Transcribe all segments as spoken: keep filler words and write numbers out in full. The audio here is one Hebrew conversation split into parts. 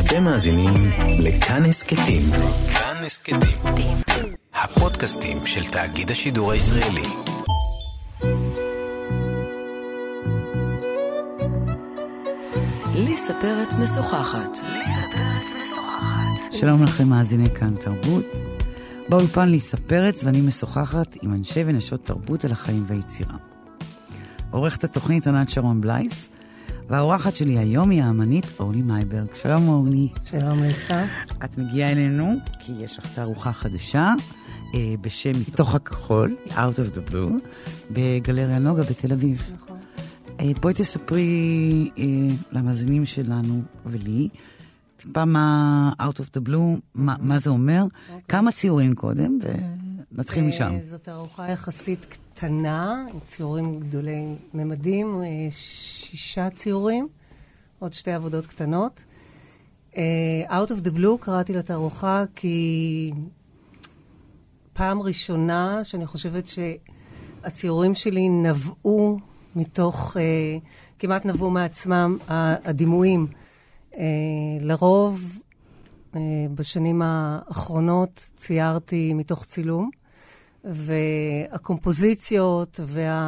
אתם מאזינים לכאן הסקטים. כאן הסקטים. הפודקאסטים של תאגיד השידור הישראלי. ליסה פרץ משוחחת. שלום לכם מאזיני כאן תרבות. באולפן ליסה פרץ ואני משוחחת עם אנשי ונשות תרבות על החיים והיצירה. עורכת התוכנית ענת שרון בלייס, והאורחת שלי היום היא האמנית אורלי מייברג. שלום אורלי. שלום ליסה. את מגיעה אלינו כי יש לך תערוכה חדשה אה, בשם מתוך הכחול, Out of the Blue, בגלריה נוגה בתל אביב. נכון. אה, בואי תספרי אה, למאזינים שלנו ולי, טיפה מה Out of the Blue, מה, מה זה אומר, okay. כמה ציורים קודם, ונתחיל משם. זאת תערוכה יחסית קטנה, עם ציורים גדולי ממדים, שישה ציורים, עוד שתי עבודות קטנות. Out of the Blue קראתי לתערוכה כי פעם ראשונה שאני חושבת שהציורים שלי נבעו מתוך, כמעט נבעו מעצמם הדימויים. לרוב, בשנים האחרונות ציירתי מתוך צילום, והקומפוזיציות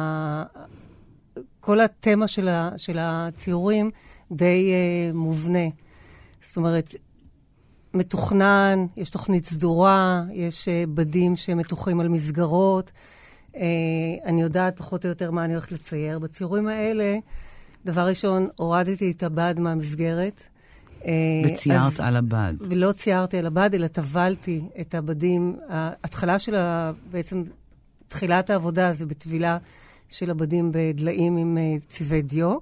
וכל התמה של, ה, של הציורים די uh, מובנה. זאת אומרת, מתוכנן, יש תוכנית סדורה, יש uh, בדים שמתוחים על מסגרות. Uh, אני יודעת פחות או יותר מה אני הולכת לצייר. בציורים האלה, דבר ראשון, הורדתי את הבד מהמסגרת. וציירת על הבד. ולא ציירתי על הבד, אלא טבלתי את הבדים. ההתחלה של ה... בעצם תחילת העבודה זה בטבילה של הבדים בדליים עם צבעי דיו.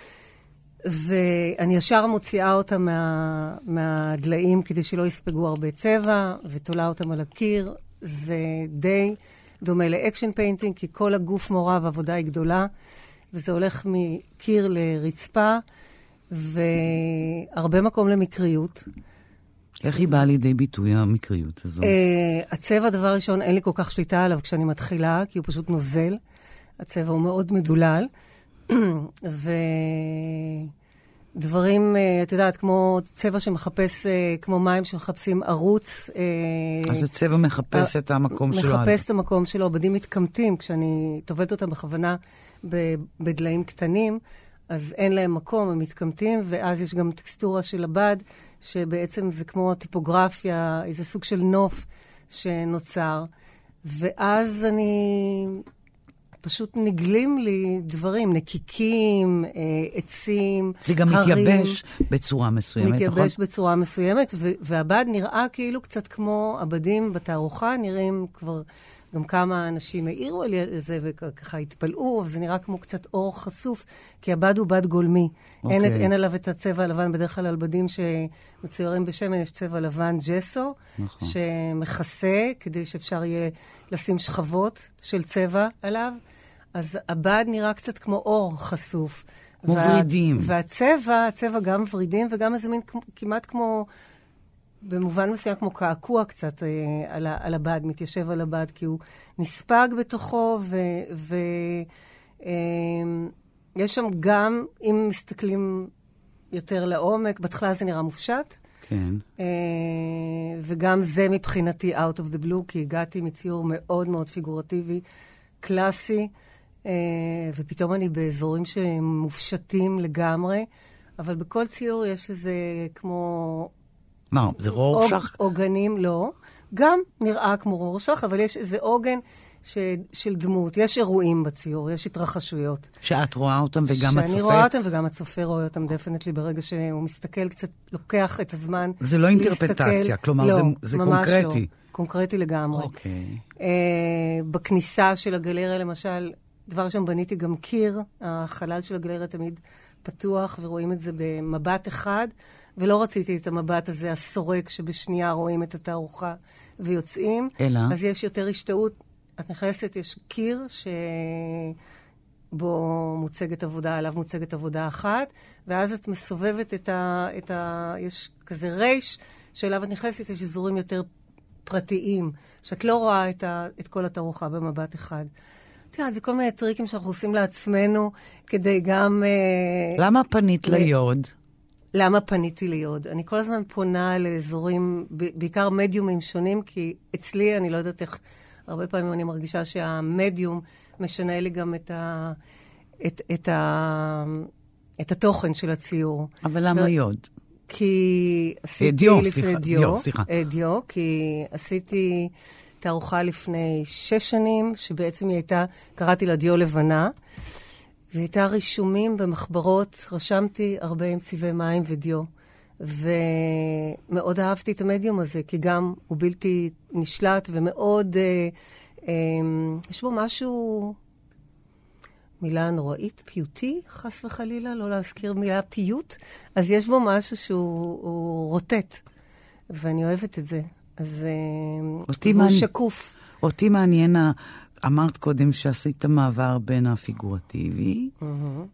ואני ישר מוציאה אותם מה... מהדליים כדי שלא יספגו הרבה צבע, ותולה אותם על הקיר. זה די דומה לאקשן פיינטינג, כי כל הגוף מעורב, העבודה היא גדולה, וזה הולך מקיר לרצפה, והרבה מקום למקריות. איך היא באה לידי ביטוי המקריות הזו? Uh, הצבע, דבר ראשון, אין לי כל כך שליטה עליו כשאני מתחילה, כי הוא פשוט נוזל. הצבע הוא מאוד מדולל. ודברים, uh, את יודעת, כמו צבע שמחפש, uh, כמו מים שמחפשים ערוץ. Uh, אז הצבע מחפש uh, את המקום שלו. מחפש את המקום שלו. בדים מתקמטים, כשאני טובלת אותם בכוונה בדליים קטנים, אז אין להם מקום, הם מתקמטים, ואז יש גם טקסטורה של הבד, שבעצם זה כמו טיפוגרפיה, איזה סוג של נוף שנוצר. ואז אני... פשוט נגלים לי דברים, נקיקים, עצים, זה גם הרים. מתייבש בצורה מסוימת, מתייבש נכון? בצורה מסוימת, ו- והבד נראה כאילו קצת כמו הבדים בתערוכה, נראים כבר... גם כמה אנשים העירו על זה וככה התפלאו, אבל זה נראה כמו קצת אור חשוף, כי הבד הוא בד גולמי. Okay. אין, אין עליו את הצבע הלבן, בדרך כלל על בדים שמצוירים בשמן יש צבע לבן ג'סו, נכון. שמכסה כדי שאפשר יהיה לשים שכבות של צבע עליו. אז הבד נראה קצת כמו אור חשוף. ורידים. וה, והצבע, הצבע גם ורידים וגם איזה מין כמעט כמו... במובן מסוים כמו קעקוע קצת אה, על, על הבד, מתיישב על הבד, כי הוא נספג בתוכו, ויש אה, שם גם, אם מסתכלים יותר לעומק, בהתחלה זה נראה מופשט, כן. אה, וגם זה מבחינתי out of the blue, כי הגעתי מציור מאוד מאוד פיגורטיבי, קלאסי, אה, ופתאום אני באזורים שהם מופשטים לגמרי, אבל בכל ציור יש איזה כמו... מה, זה רורשך? עוגנים, לא. גם נראה כמו רורשך, אבל יש איזה עוגן ש, של דמות. יש אירועים בציור, יש התרחשויות. שאת רואה אותם וגם הצופה? שאני רואה אותם וגם הצופה רואה אותם דפנטלי ברגע שהוא מסתכל קצת, לוקח את הזמן. זה לא אינטרפטציה, כלומר לא, זה, זה ממש קונקרטי. לא. קונקרטי לגמרי. אוקיי. אה, בכניסה של הגלריה, למשל, דבר שם בניתי גם קיר, החלל של הגלריה תמיד פתוח, ורואים את זה במבט אחד, ולא רציתי את המבט הזה, הסורק, שבשנייה רואים את התערוכה ויוצאים. אלא? אז יש יותר השתאות. את נכנסת, יש קיר שבו מוצגת עבודה, עליו מוצגת עבודה אחת, ואז את מסובבת את ה... את ה יש כזה רייש, שאליו את נכנסת, יש אזורים יותר פרטיים, שאת לא רואה את, ה, את כל התערוכה במבט אחד. תראה, זה כל מיני טריקים שאנחנו עושים לעצמנו, כדי גם... למה פנית ליוד? למה פניתי ליוד? אני כל הזמן פונה לאזורים, בעיקר מדיומים שונים, כי אצלי, אני לא יודעת איך, הרבה פעמים אני מרגישה שהמדיום משנה לי גם את ה... את, את, ה, את התוכן של הציור. אבל למה יוד? כי עשיתי דיו, לפני סליחה, דיו, דיו, סליחה. דיו, כי עשיתי תערוכה לפני שש שנים, שבעצם היא הייתה, קראתי לה דיו לבנה, והייתה רישומים במחברות, רשמתי הרבה עם צבעי מים ודיו, ומאוד אהבתי את המדיום הזה, כי גם הוא בלתי נשלט, ומאוד, אה, אה, יש בו משהו... מילה נוראית, פיוטי, חס וחלילה, לא להזכיר מילה פיוט, אז יש בו משהו שהוא רוטט, ואני אוהבת את זה. אז הוא מעניין, שקוף. אותי מעניין, אמרת קודם שעשית מעבר בין הפיגורטיבי mm-hmm.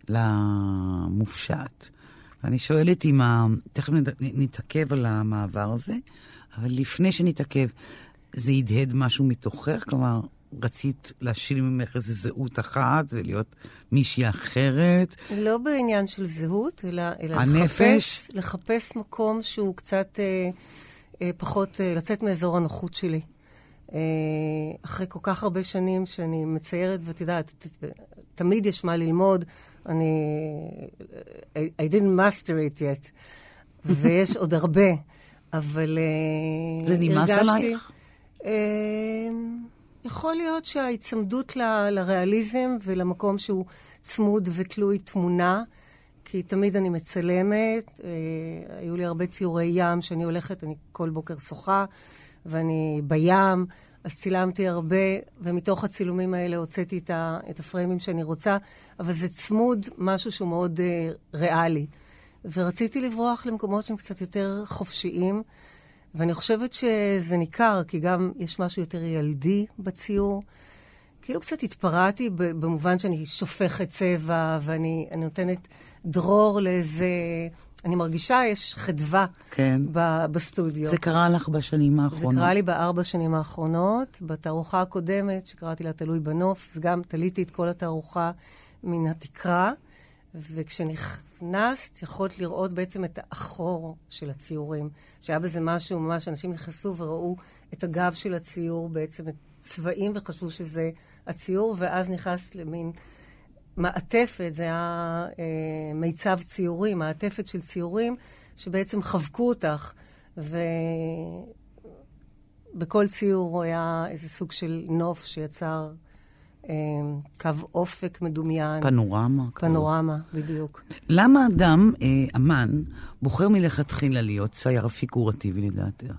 למופשט. ואני שואלת אם, ה... תכף נתעכב על המעבר הזה, אבל לפני שנתעכב, זה ידהד משהו מתוכך, כלומר... רצית להשיל ממך איזו זהות אחת ולהיות מישהי אחרת? לא בעניין של זהות, אלא, אלא הנפש? לחפש, לחפש מקום שהוא קצת אה, אה, פחות, אה, לצאת מאזור הנוחות שלי. אה, אחרי כל כך הרבה שנים שאני מציירת, ואת יודעת, ת, ת, תמיד יש מה ללמוד. אני... I, I didn't master it yet. ויש עוד הרבה, אבל אה, זה נמאס עלייך? אה, יכול להיות שההצמדות ל- לריאליזם ולמקום שהוא צמוד ותלוי תמונה, כי תמיד אני מצלמת, אה, היו לי הרבה ציורי ים שאני הולכת, אני כל בוקר שוחה, ואני בים, אז צילמתי הרבה, ומתוך הצילומים האלה הוצאתי את, ה- את הפריימים שאני רוצה, אבל זה צמוד משהו שהוא מאוד אה, ריאלי. ורציתי לברוח למקומות שהם קצת יותר חופשיים, ואני חושבת שזה ניכר, כי גם יש משהו יותר ילדי בציור. כאילו קצת התפרעתי במובן שאני שופכת צבע, ואני נותנת דרור לאיזה... אני מרגישה, יש חדווה כן. ב- בסטודיו. זה קרה לך בשנים האחרונות? זה קרה לי בארבע שנים האחרונות. בתערוכה הקודמת, שקראתי לה תלוי בנוף, אז גם תליתי את כל התערוכה מן התקרה, וכשנכנסת, יכולת לראות בעצם את האחור של הציורים, שהיה בזה משהו ממש, אנשים נכנסו וראו את הגב של הציור, בעצם את צבעים, וחשבו שזה הציור, ואז נכנסת למין מעטפת, זה היה אה, מיצב ציורים, מעטפת של ציורים, שבעצם חבקו אותך, ובכל ציור היה איזה סוג של נוף שיצר... קו אופק מדומיין. פנורמה. פנורמה, בדיוק. למה אדם, אה, אמן, בוחר מלכתחילה להיות צייר פיגורטיבי לדעתך?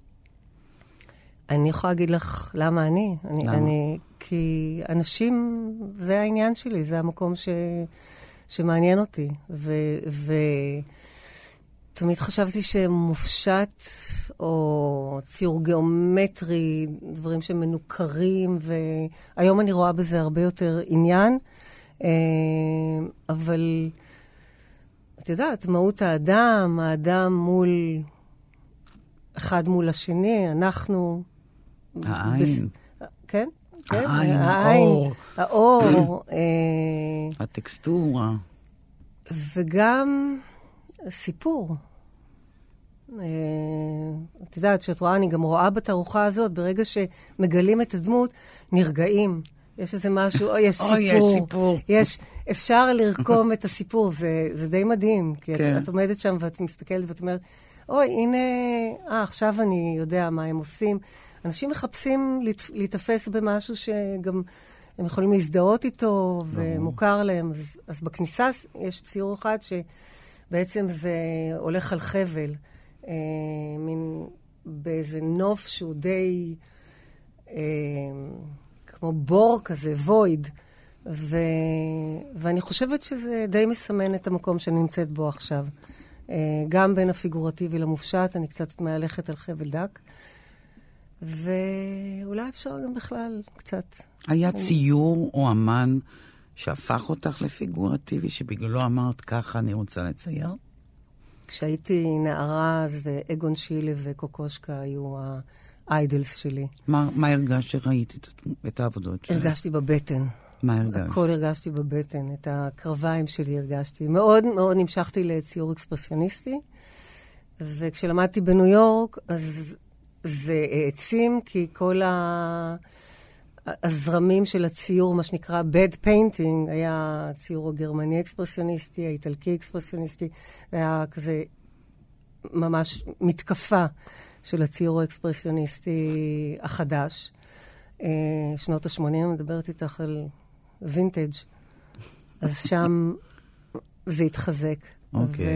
אני יכולה להגיד לך למה אני. אני, למה? אני, כי אנשים, זה העניין שלי, זה המקום ש, שמעניין אותי. ו... ו תמיד חשבתי שמופשט או ציור גיאומטרי, דברים שמנוכרים, והיום אני רואה בזה הרבה יותר עניין. אבל את יודעת, מהות האדם, האדם מול, אחד מול השני, אנחנו... העין. בס... כן? כן? העין, האור. האור. הטקסטורה. וגם... סיפור. את יודעת, שאת רואה, אני גם רואה בתערוכה הזאת, ברגע שמגלים את הדמות, נרגעים. יש איזה משהו, או יש סיפור. יש סיפור. יש, אפשר לרקום את הסיפור, זה, זה די מדהים. כי כן. את, את עומדת שם ואת מסתכלת ואת אומרת, אוי, הנה, אה, עכשיו אני יודע מה הם עושים. אנשים מחפשים להת, להתאפס במשהו שגם הם יכולים להזדהות איתו, ומוכר להם. אז, אז בכניסה יש ציור אחד ש... בעצם זה הולך על חבל, אה, מין באיזה נוף שהוא די אה, כמו בור כזה, וויד, ו, ואני חושבת שזה די מסמן את המקום שאני נמצאת בו עכשיו. אה, גם בין הפיגורטיבי למופשט, אני קצת מהלכת על חבל דק, ואולי אפשר גם בכלל קצת. היה ציור או אמן שהפך אותך לפיגורטיבי, שבגללו אמרת ככה אני רוצה לצייר? כשהייתי נערה, אז אגון שילה וקוקושקה היו האיידלס שלי. מה, מה הרגשת שראית את, את העבודות שלך? הרגשתי בבטן. מה הרגשת? הכל הרגשתי בבטן, את הקרביים שלי הרגשתי. מאוד מאוד נמשכתי לציור אקספרסיוניסטי, וכשלמדתי בניו יורק, אז זה העצים, כי כל ה... הזרמים של הציור, מה שנקרא bad painting, היה הציור הגרמני אקספרסיוניסטי, האיטלקי אקספרסיוניסטי, היה כזה ממש מתקפה של הציור האקספרסיוניסטי החדש. שנות ה-שמונים, מדברת איתך על וינטג'. אז שם זה התחזק. אוקיי.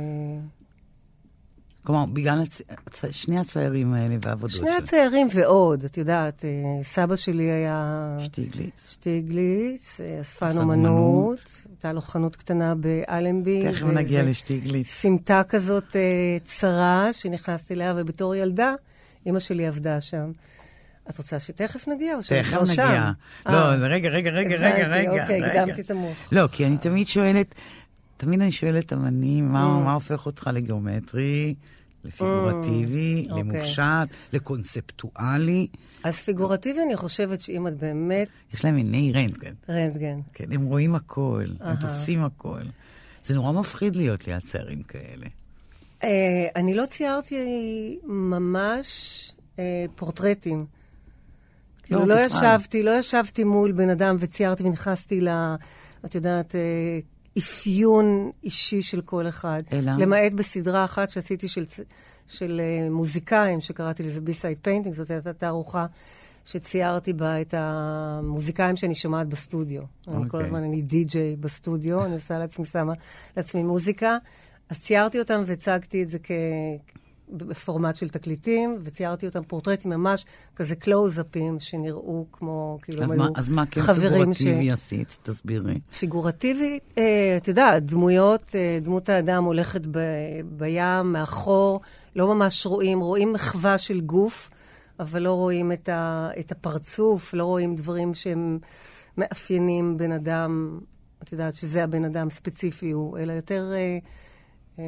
כלומר, בגלל שני הציירים האלה והעבודות שלו. שני הציירים ועוד, את יודעת, סבא שלי היה... שטיגליץ. שטיגליץ, אספן אומנות, הייתה לו חנות קטנה באלנבי. תכף נגיע לשטיגליץ. סמטה כזאת צרה שנכנסתי אליה, ובתור ילדה, אמא שלי עבדה שם. את רוצה שתכף נגיע או שתכף נגיע. לא, רגע, רגע, רגע, רגע, רגע. אוקיי, הקדמתי את המוח. לא, כי אני תמיד שואלת, תמיד אני שואלת אמנים, מה הופך אותך לגיאומטרי, לפיגורטיבי, למופשט, לקונספטואלי? אז פיגורטיבי אני חושבת שאם את באמת... יש להם עיני רנטגן. רנטגן. כן, הם רואים הכל, הם תופסים הכל. זה נורא מפחיד להיות ליד ציירים כאלה. אני לא ציירתי ממש פורטרטים. כאילו לא ישבתי, לא ישבתי מול בן אדם וציירתי ונכנסתי ל... את יודעת... אפיון אישי של כל אחד. אלא? למעט בסדרה אחת שעשיתי של, של uh, מוזיקאים, שקראתי לזה בי-סייד פיינטינג, זאת הייתה תערוכה שציירתי בה את המוזיקאים שאני שומעת בסטודיו. Okay. אני כל הזמן, אני די-ג'יי בסטודיו, אני עושה לעצמי, שמה לעצמי מוזיקה. אז ציירתי אותם והצגתי את זה כ... בפורמט של תקליטים, וציירתי אותם פורטרטים ממש, כזה קלוז-אפים, שנראו כמו, כאילו, אז היו מה, אז מה כן פיגורטיבי ש... עשית? תסבירי. פיגורטיבי, אה, אתה יודע, דמויות, אה, דמות האדם הולכת ב, בים, מאחור, לא ממש רואים, רואים מחווה של גוף, אבל לא רואים את, ה, את הפרצוף, לא רואים דברים שהם מאפיינים בן אדם, את יודעת, שזה הבן אדם ספציפי הוא, אלא יותר... אה, אה,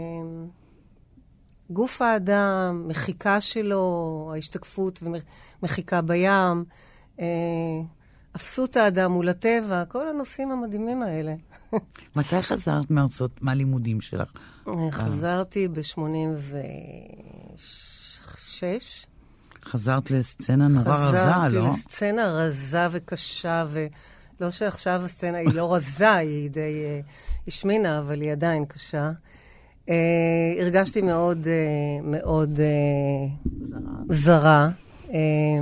גוף האדם, מחיקה שלו, ההשתקפות ומחיקה בים, אה, אפסות האדם מול הטבע, כל הנושאים המדהימים האלה. מתי חזרת מארצות, מה הלימודים שלך? חזרתי ב-שמונים ושש. חזרת לסצנה נורא רזה, לא? חזרתי לסצנה רזה וקשה, ולא שעכשיו הסצנה היא לא רזה, היא די השמינה, אבל היא עדיין קשה. Uh, הרגשתי מאוד, uh, מאוד uh, זרה. Uh,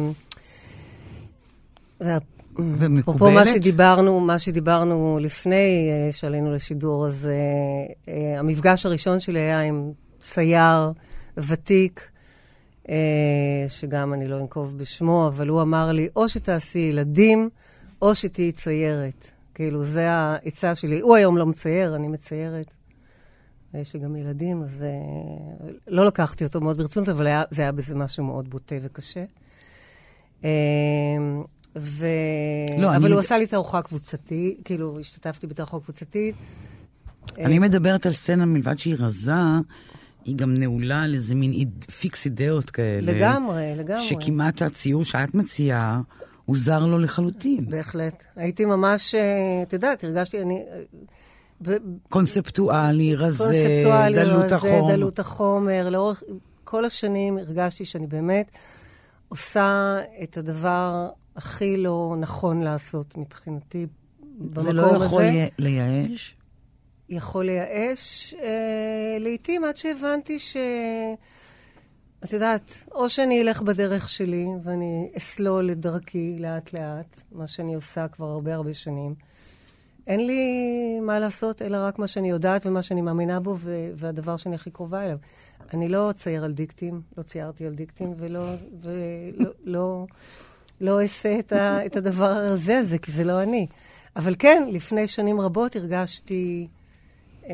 ומקובלת? פה מה שדיברנו, מה שדיברנו לפני uh, שעלינו לשידור, אז uh, uh, המפגש הראשון שלי היה עם צייר ותיק, uh, שגם אני לא אנקוב בשמו, אבל הוא אמר לי, או שתעשי ילדים, או שתהי ציירת. כאילו, זה העצה שלי. הוא היום לא מצייר, אני מציירת. יש לי גם ילדים, אז uh, לא לקחתי אותו מאוד ברצינות, אבל היה, זה היה בזה משהו מאוד בוטה וקשה. Uh, ו... לא, אבל הוא מד... עשה לי תערוכה קבוצתית, כאילו השתתפתי בתערוכה קבוצתית. אני uh, מדברת על סצנה מלבד שהיא רזה, היא גם נעולה על איזה מין איד... פיקס אידאות כאלה. לגמרי, לגמרי. שכמעט הציור שאת מציעה, הוא זר לו לחלוטין. בהחלט. הייתי ממש, uh, את יודעת, הרגשתי, אני... קונספטואלי, רזה, דלות החומר. דלות החומר. לאורך כל השנים הרגשתי שאני באמת עושה את הדבר הכי לא נכון לעשות מבחינתי. זה לא יכול לייאש? יכול לייאש אה, לעתים עד שהבנתי ש... את יודעת, או שאני אלך בדרך שלי ואני אסלול את דרכי לאט לאט, מה שאני עושה כבר הרבה הרבה שנים. אין לי מה לעשות, אלא רק מה שאני יודעת ומה שאני מאמינה בו, ו- והדבר שאני הכי קרובה אליו. אני לא צייר על דיקטים, לא ציירתי על דיקטים, ולא, ולא, לא, לא אעשה את, ה- את הדבר הזה, הזה, כי זה לא אני. אבל כן, לפני שנים רבות הרגשתי, אה,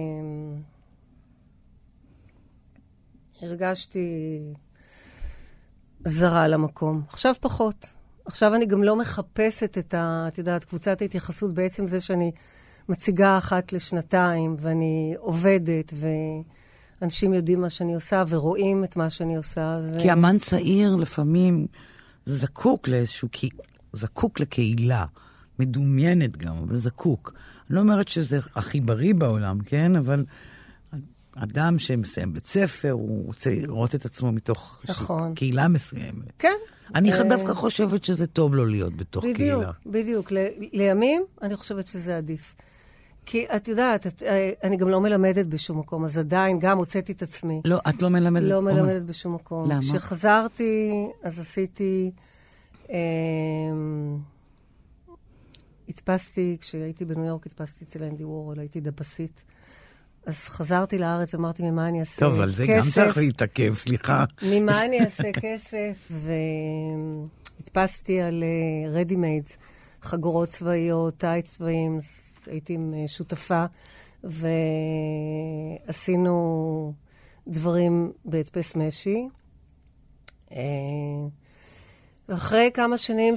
הרגשתי זרה למקום. עכשיו פחות. עכשיו אני גם לא מחפשת את ה... את יודעת, קבוצת ההתייחסות בעצם זה שאני מציגה אחת לשנתיים, ואני עובדת, ואנשים יודעים מה שאני עושה, ורואים את מה שאני עושה. זה... כי אמן צעיר לפעמים זקוק לאיזשהו... זקוק לקהילה. מדומיינת גם, אבל זקוק. אני לא אומרת שזה הכי בריא בעולם, כן? אבל אדם שמסיים בית ספר, הוא רוצה לראות את עצמו מתוך נכון. קהילה מסוימת. כן. אני דווקא חושבת שזה טוב לו להיות בתוך בדיוק, קהילה. בדיוק, בדיוק. לימים אני חושבת שזה עדיף. כי את יודעת, את, אני גם לא מלמדת בשום מקום, אז עדיין גם הוצאתי את עצמי. לא, את לא מלמדת? לא מלמדת בשום מקום. למה? כשחזרתי, אז עשיתי... אה, התפסתי, כשהייתי בניו יורק, התפסתי אצל אנדי וורול, הייתי דפסית. אז חזרתי לארץ, אמרתי, ממה אני אעשה כסף? טוב, על זה גם צריך להתעכב, סליחה. ממה אני אעשה כסף? והתפסתי על רדי מיידס, חגורות צבאיות, טייץ צבאיים, הייתי עם שותפה, ועשינו דברים בהדפס משי. ואחרי כמה שנים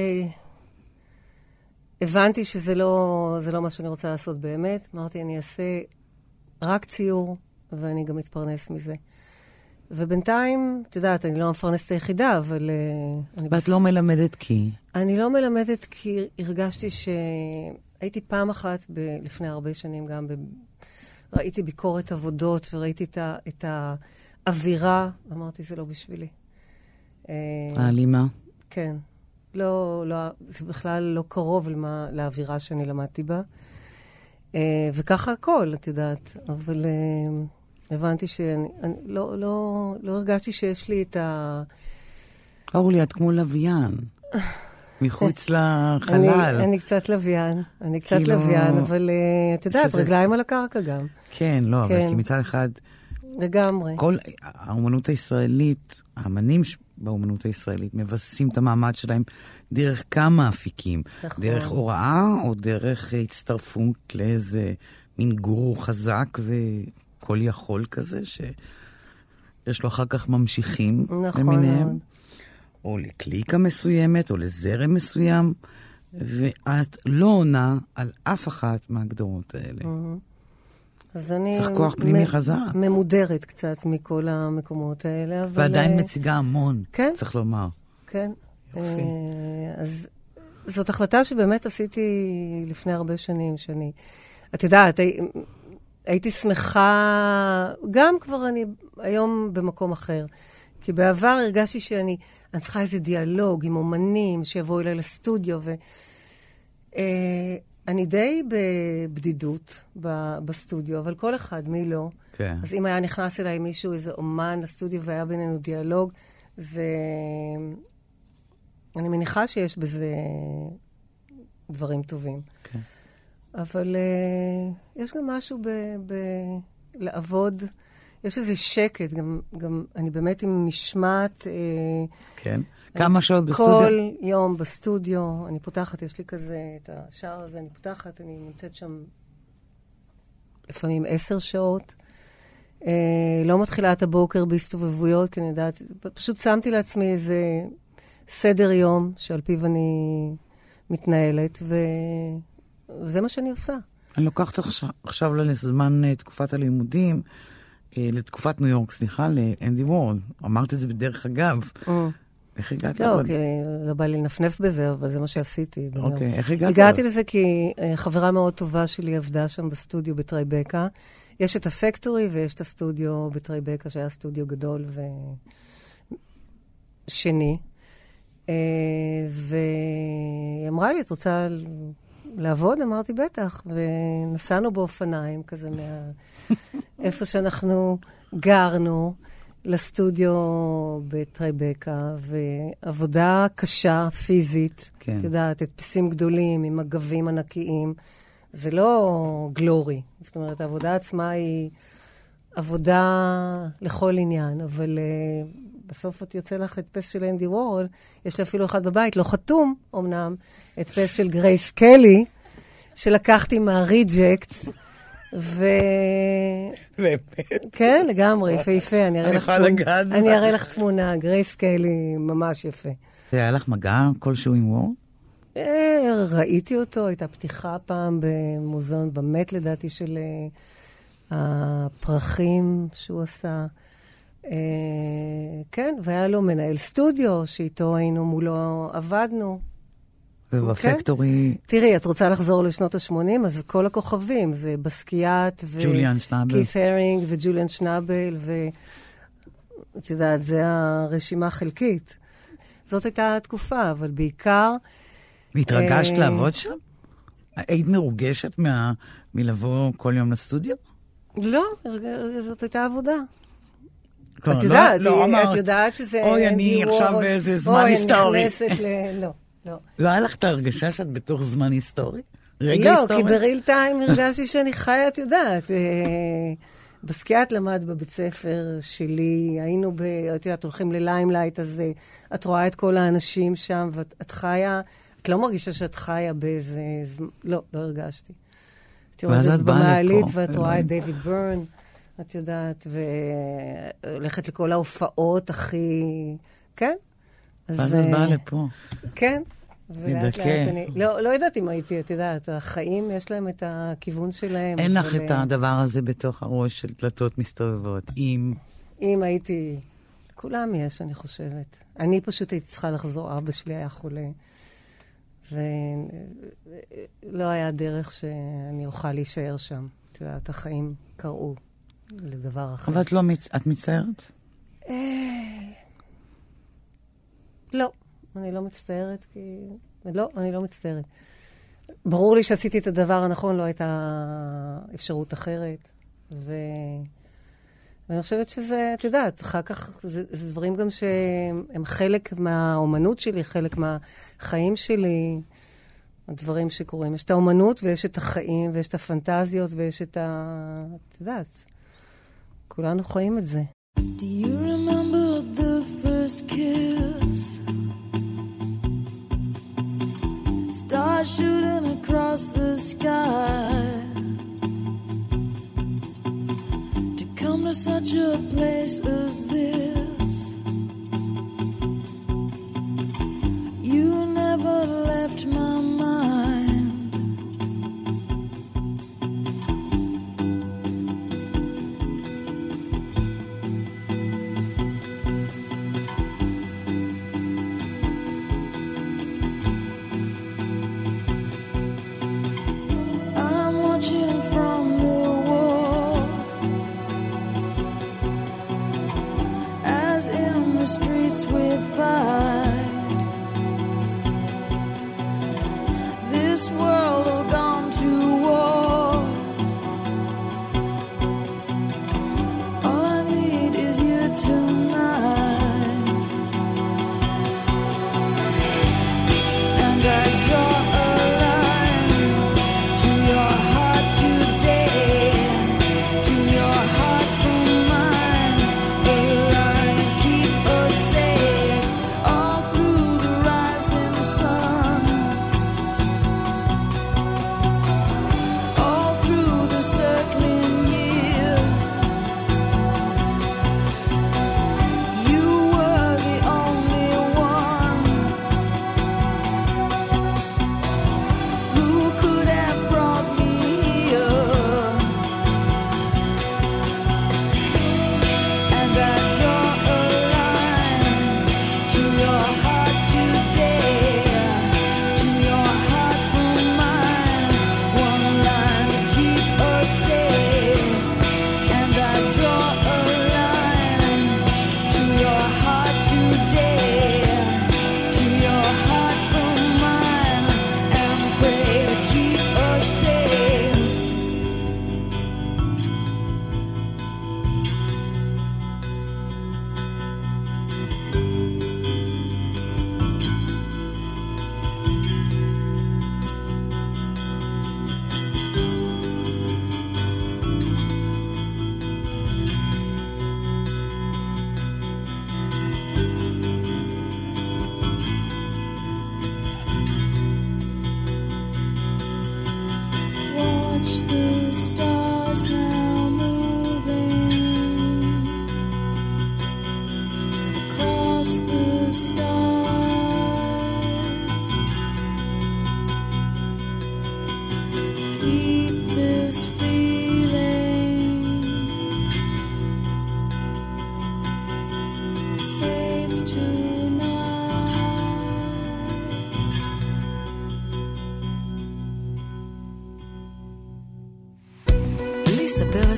שהבנתי שזה לא, זה לא מה שאני רוצה לעשות באמת, אמרתי, אני אעשה רק ציור, ואני גם מתפרנס מזה. ובינתיים, את יודעת, אני לא המפרנסת היחידה, אבל... ואת בס... לא מלמדת כי? אני לא מלמדת כי הרגשתי שהייתי פעם אחת, ב... לפני הרבה שנים גם, ב... ראיתי ביקורת עבודות, וראיתי את, ה... את האווירה, אמרתי, זה לא בשבילי. האלימה? כן. לא, לא, זה בכלל לא קרוב למה, לאווירה שאני למדתי בה. וככה הכל, את יודעת. אבל הבנתי שאני אני, לא, לא, לא הרגשתי שיש לי את ה... אורלי, את כמו לוויין. מחוץ לחלל. אני, אני קצת לוויין. אני קצת כאילו... לוויין, אבל את יודעת, שזה... רגליים על הקרקע גם. כן, לא, כן. אבל כי מצד אחד... לגמרי. כל האומנות הישראלית, האמנים באומנות הישראלית, מבססים את המעמד שלהם דרך כמה אפיקים. נכון. דרך הוראה, או דרך הצטרפות לאיזה מין גורו חזק וכל יכול כזה, שיש לו אחר כך ממשיכים נכון למיניהם. מאוד. או לקליקה מסוימת, או לזרם מסוים, ואת לא עונה על אף אחת מהגדרות האלה. Mm-hmm. אז אני... צריך כוח פנימי חזק. ממודרת קצת מכל המקומות האלה, אבל... ועדיין מציגה המון, כן? צריך לומר. כן. יופי. אז זאת החלטה שבאמת עשיתי לפני הרבה שנים, שאני... את יודעת, הייתי שמחה, גם כבר אני היום במקום אחר, כי בעבר הרגשתי שאני אני צריכה איזה דיאלוג עם אומנים שיבואו אליי לסטודיו, ו... אני די בבדידות בסטודיו, אבל כל אחד, מי לא. כן. אז אם היה נכנס אליי מישהו, איזה אומן לסטודיו, והיה בינינו דיאלוג, זה... אני מניחה שיש בזה דברים טובים. כן. אבל uh, יש גם משהו ב... ב... לעבוד, יש איזה שקט, גם, גם אני באמת עם משמעת... Uh, כן. כמה שעות בסטודיו? כל יום בסטודיו, אני פותחת, יש לי כזה את השער הזה, אני פותחת, אני נמצאת שם לפעמים עשר שעות. אה, לא מתחילה את הבוקר בהסתובבויות, כי אני יודעת, פשוט שמתי לעצמי איזה סדר יום שעל פיו אני מתנהלת, ו... וזה מה שאני עושה. אני לוקחת עכשיו לזמן תקופת הלימודים, לתקופת ניו יורק, סליחה, לאנדי וורול. אמרת את זה בדרך אגב. איך הגעת? לא, כי לא בא לי לנפנף בזה, אבל זה מה שעשיתי. אוקיי, איך הגעת? הגעתי לזה כי חברה מאוד טובה שלי עבדה שם בסטודיו בטרייבקה. יש את הפקטורי ויש את הסטודיו בטרייבקה, שהיה סטודיו גדול ושני. והיא אמרה לי, את רוצה לעבוד? אמרתי, בטח. ונסענו באופניים, כזה מאיפה שאנחנו גרנו. לסטודיו בטרייבקה, ועבודה קשה, פיזית. כן. את יודעת, הדפסים גדולים, עם אגבים ענקיים. זה לא גלורי. זאת אומרת, העבודה עצמה היא עבודה לכל עניין, אבל uh, בסוף את יוצא לך הדפס של אנדי וורול, יש לי אפילו אחד בבית, לא חתום, אמנם, הדפס של גרייס קלי, שלקחתי מהריג'קטס, ו... באמת? כן, לגמרי, יפה יפה. אני אראה לך תמונה, גרייס קלי, ממש יפה. היה לך מגע כלשהו עם וור? ראיתי אותו, הייתה פתיחה פעם במוזיאון, באמת לדעתי של הפרחים שהוא עשה. כן, והיה לו מנהל סטודיו, שאיתו היינו מולו עבדנו. ובפקטורי... תראי, את רוצה לחזור לשנות ה-שמונים, אז כל הכוכבים, זה בסקיאט, ג'וליאן שנאבל. קית' הרינג וג'וליאן שנאבל, ואת יודעת, זה הרשימה חלקית. זאת הייתה התקופה, אבל בעיקר... והתרגשת לעבוד שם? היית מרוגשת מלבוא כל יום לסטודיו? לא, זאת הייתה עבודה. את לא, יודעת, לא אמרת, את יודעת שזה... אוי, אני עכשיו באיזה זמן היסטורי. אוי, נכנסת ל... לא, לא. לא היה לך את ההרגשה שאת בתוך זמן היסטורי? רגע לא, היסטורי? כי בריל טיים הרגשתי שאני חיה, את יודעת. בסקיאט למד בבית ספר שלי, היינו ב... את יודעת, הולכים לליימלייט, אז את רואה את כל האנשים שם, ואת חיה... את לא מרגישה שאת חיה באיזה... לא, לא הרגשתי. את יורדת במעלית, ואת רואה את דיוויד ברן. את יודעת, והולכת לכל ההופעות הכי... כן? ואז את באה לפה. כן. לדכא. לא, לא יודעת אם הייתי, את יודעת, החיים יש להם את הכיוון שלהם. אין לך את הדבר הזה בתוך הראש של דלתות מסתובבות. אם... אם הייתי... לכולם יש, אני חושבת. אני פשוט הייתי צריכה לחזור, אבא שלי היה חולה. ולא היה דרך שאני אוכל להישאר שם. את יודעת, החיים קראו. לדבר אחר. אבל את לא מצ... את מצטערת? לא, אני לא מצטערת, כי... לא, אני לא מצטערת. ברור לי שעשיתי את הדבר הנכון, לא הייתה אפשרות אחרת. ו... ואני חושבת שזה, את יודעת, אחר כך, זה, זה דברים גם שהם חלק מהאומנות שלי, חלק מהחיים שלי, הדברים שקורים. יש את האומנות ויש את החיים, ויש את הפנטזיות, ויש את ה... את יודעת, כולנו חיים את זה. Do you remember the first kiss? Stars shooting across the sky to come to such a place as this. You never left my mind. From the wall, as in the streets we fight, this world all gone to war. All I need is you tonight, and I draw a line to your heart.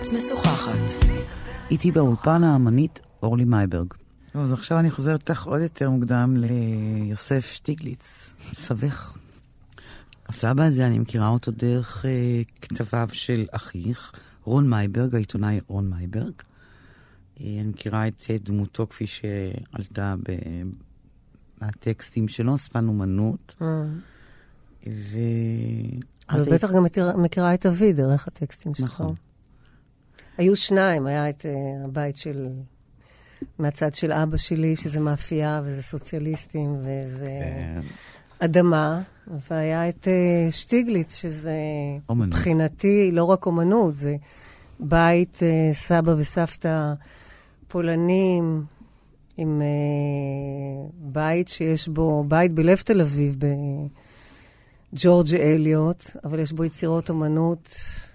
ארץ משוחחת. איתי באולפן האמנית אורלי מייברג. אז עכשיו אני חוזרת לך עוד יותר מוקדם ליוסף שטיגליץ, סבך. הסבא הזה, אני מכירה אותו דרך אה, כתביו של אחיך, רון מייברג, העיתונאי רון מייברג. אה, אני מכירה את אה, דמותו כפי שעלתה בטקסטים שלו, שפן אומנות. ו... אז בטח גם מכירה את אבי דרך הטקסטים שלך. נכון. היו שניים, היה את uh, הבית של, מהצד של אבא שלי, שזה מאפייה, וזה סוציאליסטים, וזה אדמה, והיה את uh, שטיגליץ, שזה אומנות. מבחינתי לא רק אומנות, זה בית, uh, סבא וסבתא פולנים, עם uh, בית שיש בו, בית בלב תל אביב, בג'ורג' אליוט, אבל יש בו יצירות אומנות,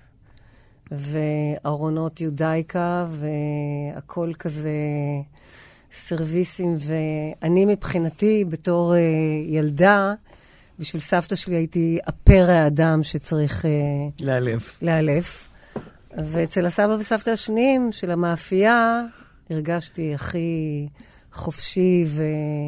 וארונות יודאיקה, והכל כזה סרוויסים, ואני מבחינתי, בתור uh, ילדה, בשביל סבתא שלי הייתי הפרא האדם שצריך... Uh, לאלף. לאלף. ואצל הסבא וסבתא השניים של המאפייה, הרגשתי הכי חופשי ו...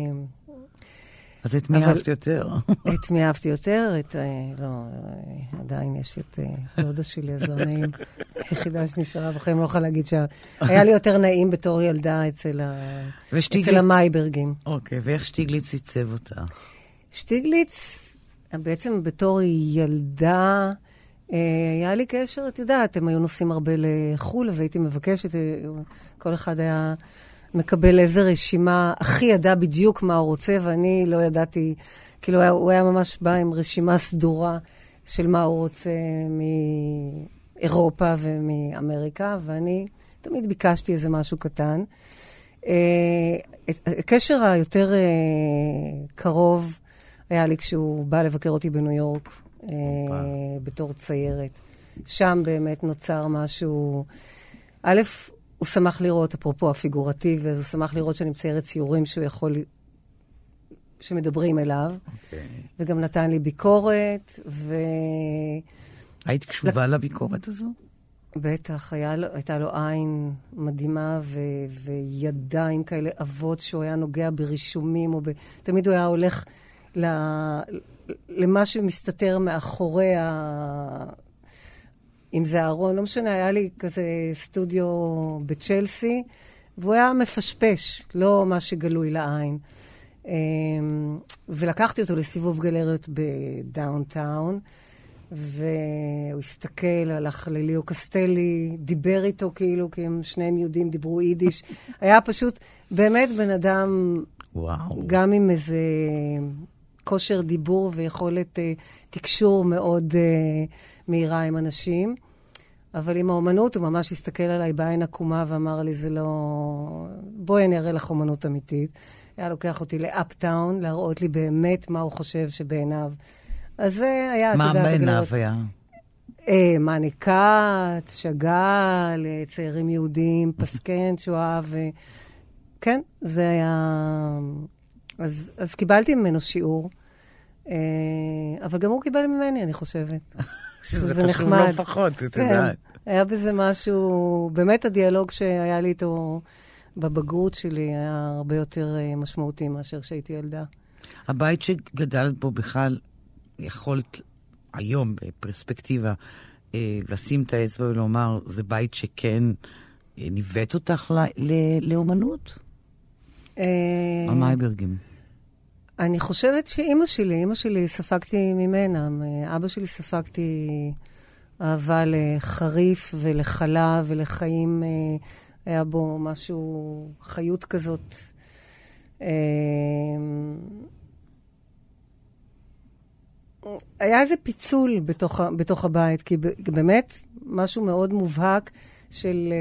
אז את מי אהבת יותר? את מי אהבתי יותר? את... לא, עדיין יש את דודה שלי, אז לא נעים. היחידה שנשארה בחיים, לא יכולה להגיד שהיה לי יותר נעים בתור ילדה אצל המייברגים. אוקיי, ואיך שטיגליץ ייצב אותה? שטיגליץ, בעצם בתור ילדה, היה לי קשר, את יודעת, הם היו נוסעים הרבה לחול, אז הייתי מבקשת, כל אחד היה... מקבל איזו רשימה, הכי ידע בדיוק מה הוא רוצה, ואני לא ידעתי, כאילו הוא היה, הוא היה ממש בא עם רשימה סדורה של מה הוא רוצה מאירופה ומאמריקה, ואני תמיד ביקשתי איזה משהו קטן. הקשר היותר קרוב היה לי כשהוא בא לבקר אותי בניו יורק, בתור ציירת. שם באמת נוצר משהו, א', הוא שמח לראות, אפרופו הפיגורטיבי, אז הוא שמח לראות שאני מציירת ציורים שהוא יכול, שמדברים אליו, okay. וגם נתן לי ביקורת, ו... היית קשובה לק... לביקורת הזו? בטח, היה לו, הייתה לו עין מדהימה, ו... וידיים כאלה אבות, שהוא היה נוגע ברישומים, או ב... תמיד הוא היה הולך ל... למה שמסתתר מאחורי ה... אם זה ארון, לא משנה, היה לי כזה סטודיו בצ'לסי, והוא היה מפשפש, לא מה שגלוי לעין. ולקחתי אותו לסיבוב גלריות בדאונטאון, והוא הסתכל, הלך לליאו קסטלי, דיבר איתו כאילו, כי הם שניהם יהודים, דיברו יידיש. היה פשוט באמת בן אדם, וואו. גם עם איזה כושר דיבור ויכולת uh, תקשור מאוד uh, מהירה עם אנשים. אבל עם האומנות הוא ממש הסתכל עליי בעין עקומה ואמר לי, זה לא... בואי אני אראה לך אומנות אמיתית. היה לוקח אותי לאפטאון, להראות לי באמת מה הוא חושב שבעיניו. אז זה היה... מה בעיניו היה? אה, מעניקת, שגל, צעירים יהודים, פסקן, שאוהב. ו... כן, זה היה... אז, אז קיבלתי ממנו שיעור. אה, אבל גם הוא קיבל ממני, אני חושבת. שזה חשוב לא פחות, אתה יודעת. היה בזה משהו, באמת הדיאלוג שהיה לי איתו בבגרות שלי היה הרבה יותר משמעותי מאשר כשהייתי ילדה. הבית שגדלת בו בכלל יכולת היום בפרספקטיבה לשים את האצבע ולומר, זה בית שכן ניווט אותך לאומנות? המייברגים. אני חושבת שאימא שלי, אימא שלי ספגתי ממנה, אבא שלי ספגתי אהבה לחריף ולחלב ולחיים, היה בו משהו, חיות כזאת. היה איזה פיצול בתוך, בתוך הבית, כי באמת משהו מאוד מובהק של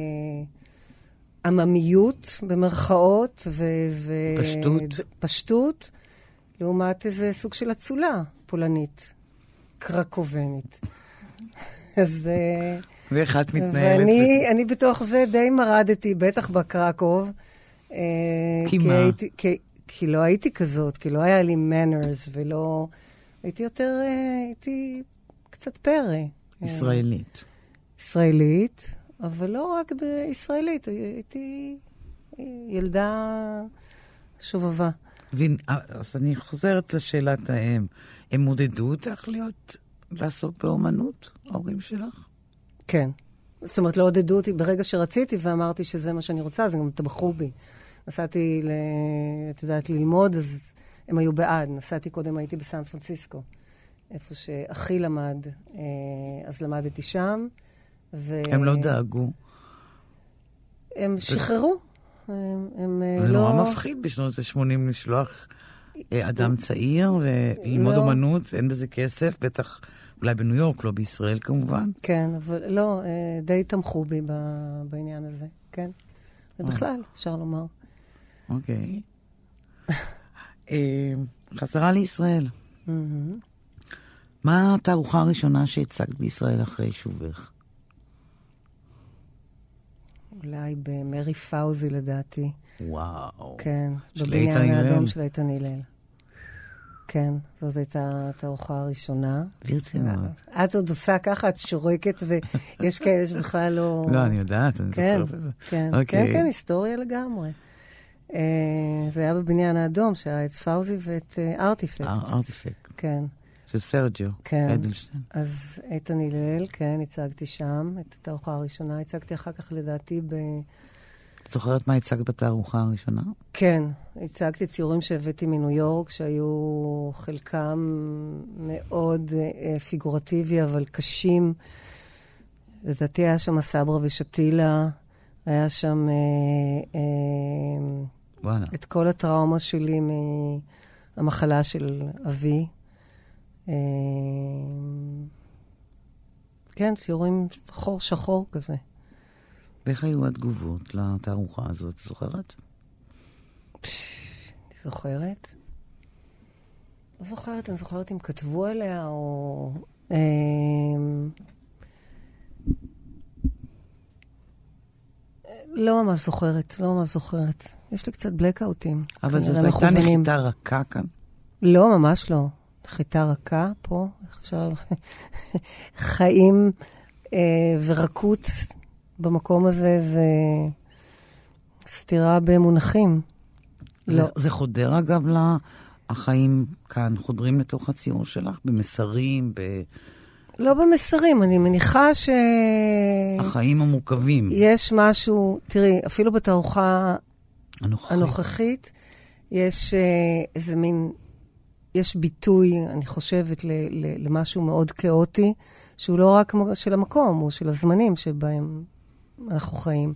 עממיות במרכאות ו... ו... פשטות. פשטות, לעומת איזה סוג של אצולה פולנית, קרקובנית. אז... ואיך את מתנהלת? ואני אני בתוך זה די מרדתי, בטח בקרקוב. כי מה? הייתי, כי, כי לא הייתי כזאת, כי לא היה לי manners, ולא... הייתי יותר... הייתי קצת פרא. ישראלית. ישראלית, אבל לא רק בישראלית, הייתי ילדה שובבה. אז אני חוזרת לשאלת האם. הם מודדו אותך להיות, לעסוק באומנות, ההורים שלך? כן. זאת אומרת, לא עודדו אותי ברגע שרציתי ואמרתי שזה מה שאני רוצה, אז הם גם תמכו בי. נסעתי, את יודעת, ללמוד, אז הם היו בעד. נסעתי קודם, הייתי בסן פרנסיסקו, איפה שאחי למד, אז למדתי שם. הם לא דאגו. הם שחררו. זה נורא מפחיד בשנות ה-שמונים לשלוח אדם צעיר וללמוד אומנות, אין בזה כסף, בטח אולי בניו יורק, לא בישראל כמובן. כן, אבל לא, די תמכו בי בעניין הזה, כן. ובכלל, אפשר לומר. אוקיי. חזרה לישראל. מה התערוכה הראשונה שהצגת בישראל אחרי שובך? אולי במרי פאוזי, לדעתי. וואו. כן, בבניין האדום של איתן הלל. כן, זאת הייתה התערוכה הראשונה. ברצינות. את עוד עושה ככה, את שורקת, ויש כאלה שבכלל לא... לא, אני יודעת, אני זוכרת את זה. כן, כן, כן, היסטוריה לגמרי. זה היה בבניין האדום, שהיה את פאוזי ואת ארטיפקט. ארטיפקט. כן. של סרג'יו, אדלשטיין. אז איתן הלל, כן, הצגתי שם, את התערוכה הראשונה. הצגתי אחר כך, לדעתי, ב... את זוכרת מה הצגת בתערוכה הראשונה? כן, הצגתי ציורים שהבאתי מניו יורק, שהיו חלקם מאוד אה, פיגורטיבי, אבל קשים. לדעתי היה שם סברה ושתילה, היה שם אה, אה, את כל הטראומה שלי מהמחלה של אבי. אה, כן, ציורים חור שחור כזה. ואיך היו התגובות לתערוכה הזאת? זוכרת? אני זוכרת. לא זוכרת, אני זוכרת אם כתבו עליה או... אה, לא ממש זוכרת, לא ממש זוכרת. יש לי קצת בלקאוטים. אבל זאת הייתה נחיתה רכה כאן? לא, ממש לא. נחיתה רכה פה, איך אפשר... חיים אה, ורקות במקום הזה זה סתירה במונחים. זה, לא. זה חודר אגב לחיים כאן, חודרים לתוך הציור שלך, במסרים, ב... לא במסרים, אני מניחה ש... החיים המורכבים. יש משהו, תראי, אפילו בתערוכה הנוכחית, הנוכחית יש איזה מין, יש ביטוי, אני חושבת, ל, ל, למשהו מאוד כאוטי, שהוא לא רק של המקום, הוא של הזמנים שבהם אנחנו חיים.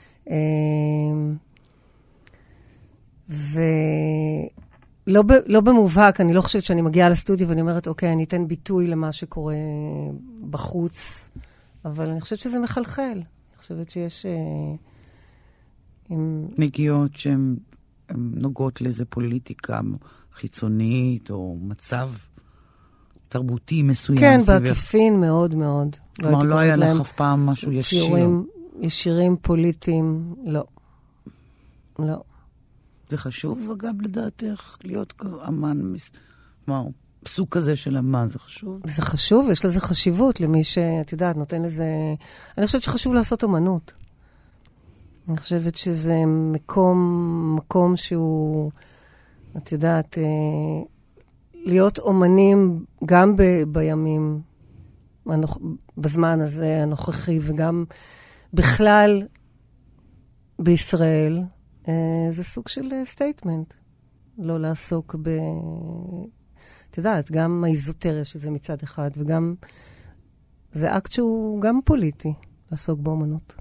ולא ב, לא במובהק, אני לא חושבת שאני מגיעה לסטודיו ואני אומרת, אוקיי, אני אתן ביטוי למה שקורה בחוץ, אבל אני חושבת שזה מחלחל. אני חושבת שיש... עם... נגיעות שהן נוגעות לאיזה פוליטיקה חיצונית, או מצב תרבותי מסוים. כן, בעקיפין מאוד מאוד. כלומר, לא היה לך אף פעם משהו ישיר. ציורים ישירים פוליטיים, לא. לא. זה חשוב, אגב, לדעתך, להיות אמן, כלומר, סוג כזה של אמן, זה חשוב? זה חשוב, יש לזה חשיבות למי שאת יודעת, נותן לזה... אני חושבת שחשוב לעשות אומנות. אני חושבת שזה מקום, מקום שהוא, את יודעת, להיות אומנים גם ב, בימים, בזמן הזה הנוכחי, וגם בכלל בישראל, זה סוג של סטייטמנט. לא לעסוק ב... את יודעת, גם האיזוטריה שזה מצד אחד, וגם זה אקט שהוא גם פוליטי, לעסוק באומנות.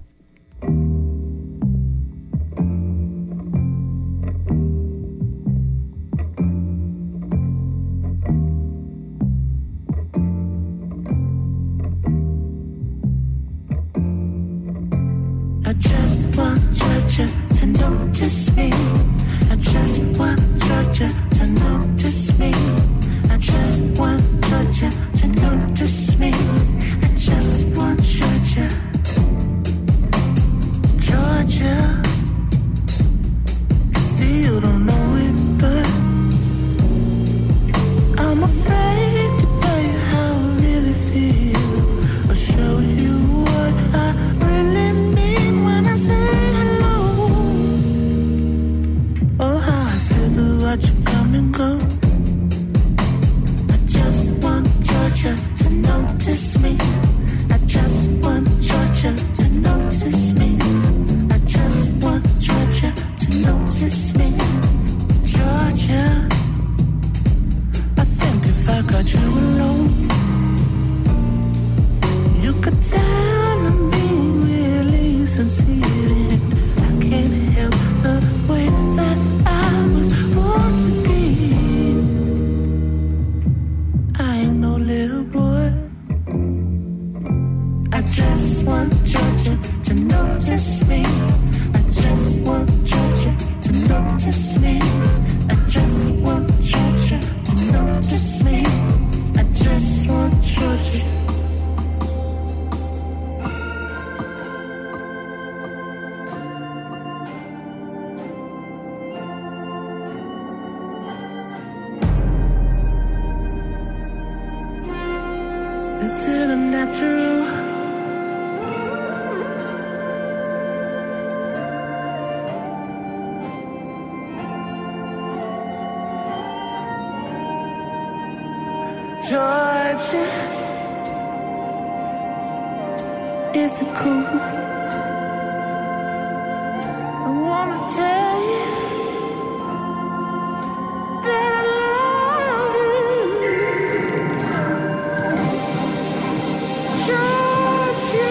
I just want Georgia to notice me. I just want Georgia to notice me. I just want Georgia to notice me. I just want Georgia. watch you come and go. I just want Georgia to notice me. I just want Georgia to notice me. I just want Georgia to notice me. Georgia, I think if I got you alone, you could tell I'm being really sincere. I can't help the way that I was born to be. I ain't no little boy. I just want Georgia to notice me. I just want Georgia to notice me. I just want Georgia to notice me. I just want Georgia. Is it unnatural? Georgia, is it cool? I wanna tell you that I love you. Georgia,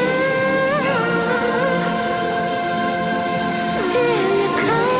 here you come.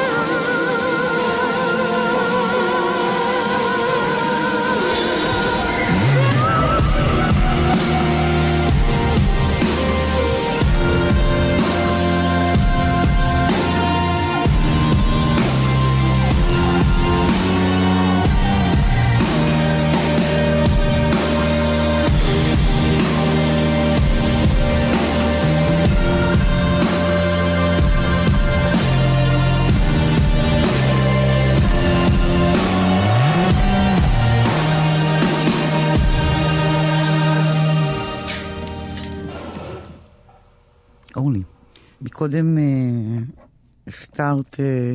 אורלי, מקודם אה, הפתרת אה,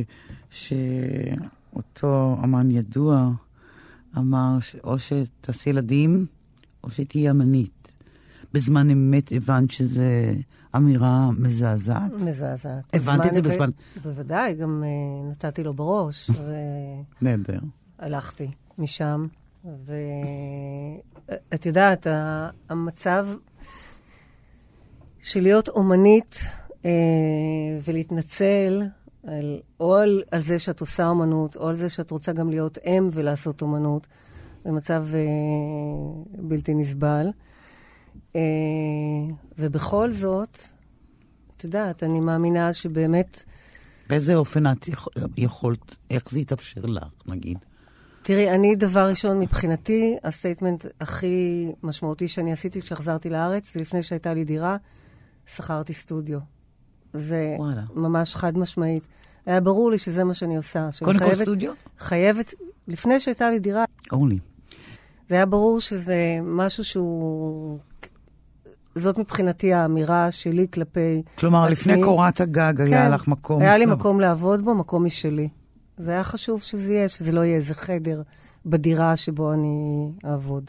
שאותו אמן ידוע אמר או שתעשי ילדים או שתהיה אמנית. בזמן אמת הבנת שזה אמירה מזעזעת? מזעזעת. הבנת את זה בזמן? בוודאי, גם uh, נתתי לו בראש. נהדר. הלכתי משם, ואת יודעת, המצב של להיות אומנית אה, ולהתנצל על, או על, על זה שאת עושה אומנות, או על זה שאת רוצה גם להיות אם ולעשות אומנות, זה מצב אה, בלתי נסבל. אה, ובכל זאת, את יודעת, אני מאמינה שבאמת... באיזה אופן את יכולת, איך זה יתאפשר לך, נגיד? תראי, אני דבר ראשון מבחינתי, הסטייטמנט הכי משמעותי שאני עשיתי כשחזרתי לארץ, זה לפני שהייתה לי דירה, שכרתי סטודיו. זה וואלה. ממש חד משמעית. היה ברור לי שזה מה שאני עושה. קודם כל סטודיו? חייבת, לפני שהייתה לי דירה. אורלי. זה היה ברור שזה משהו שהוא... זאת מבחינתי האמירה שלי כלפי כלומר, עצמי. לפני קורת הגג כן, היה לך מקום. היה לי מקום לעבוד בו, מקום משלי. זה היה חשוב שזה יהיה, שזה לא יהיה איזה חדר בדירה שבו אני אעבוד.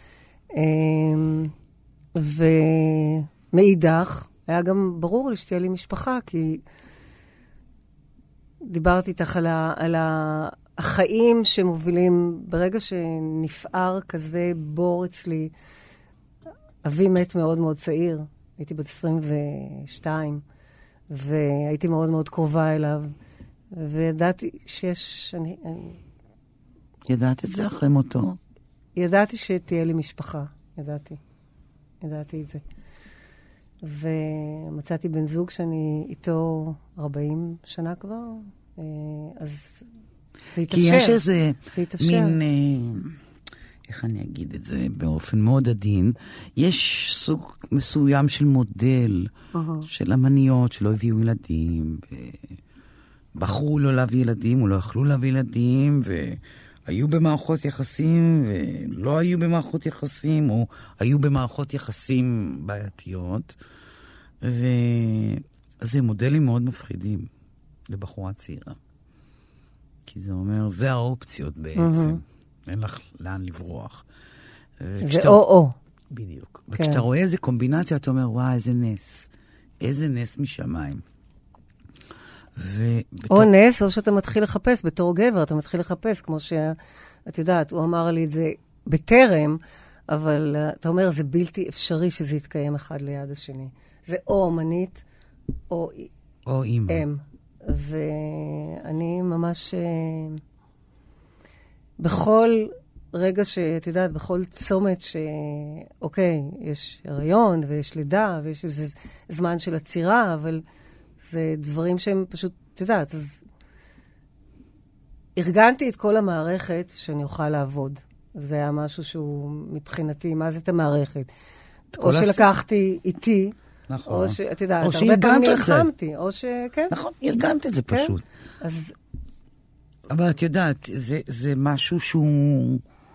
ומאידך, היה גם ברור לי שתהיה לי משפחה, כי דיברתי איתך על, ה, על החיים שמובילים, ברגע שנפער כזה בור אצלי, אבי מת מאוד מאוד צעיר, הייתי בת עשרים ושתיים, והייתי מאוד מאוד קרובה אליו, וידעתי שיש... אני, אני... ידעת את זה אחרי מותו? ידעתי שתהיה לי משפחה, ידעתי. ידעתי את זה. ומצאתי בן זוג שאני איתו ארבעים שנה כבר, אז זה יתאפשר. כי יש איזה יתאפשר. מין... איך אני אגיד את זה באופן מאוד עדין, יש סוג מסוים של מודל uh-huh. של אמניות שלא הביאו ילדים, בחרו לא להביא ילדים, או לא יכלו להביא ילדים, והיו במערכות יחסים, ולא היו במערכות יחסים, או היו במערכות יחסים בעייתיות, וזה מודלים מאוד מפחידים לבחורה צעירה. כי זה אומר, זה האופציות בעצם. אין לך לאן לברוח. זה או-או. בדיוק. וכשאתה רואה איזה קומבינציה, אתה אומר, וואי, איזה נס. איזה נס משמיים. או נס, או שאתה מתחיל לחפש בתור גבר, אתה מתחיל לחפש, כמו שאת יודעת, הוא אמר לי את זה בטרם, אבל אתה אומר, זה בלתי אפשרי שזה יתקיים אחד ליד השני. זה או אומנית, או או אימא. אם. ואני ממש... בכל רגע שאת יודעת, בכל צומת שאוקיי, יש הריון ויש לידה, ויש איזה זמן של עצירה, אבל זה דברים שהם פשוט, את יודעת, אז ארגנתי את כל המערכת שאני אוכל לעבוד. זה היה משהו שהוא מבחינתי, מה זה את המערכת? או שלקחתי איתי, נכון. או שאת יודעת, או הרבה פעמים נלחמתי. או שכן. נכון, ארגנת את זה כן? פשוט. אז... אבל את יודעת, זה, זה משהו שהוא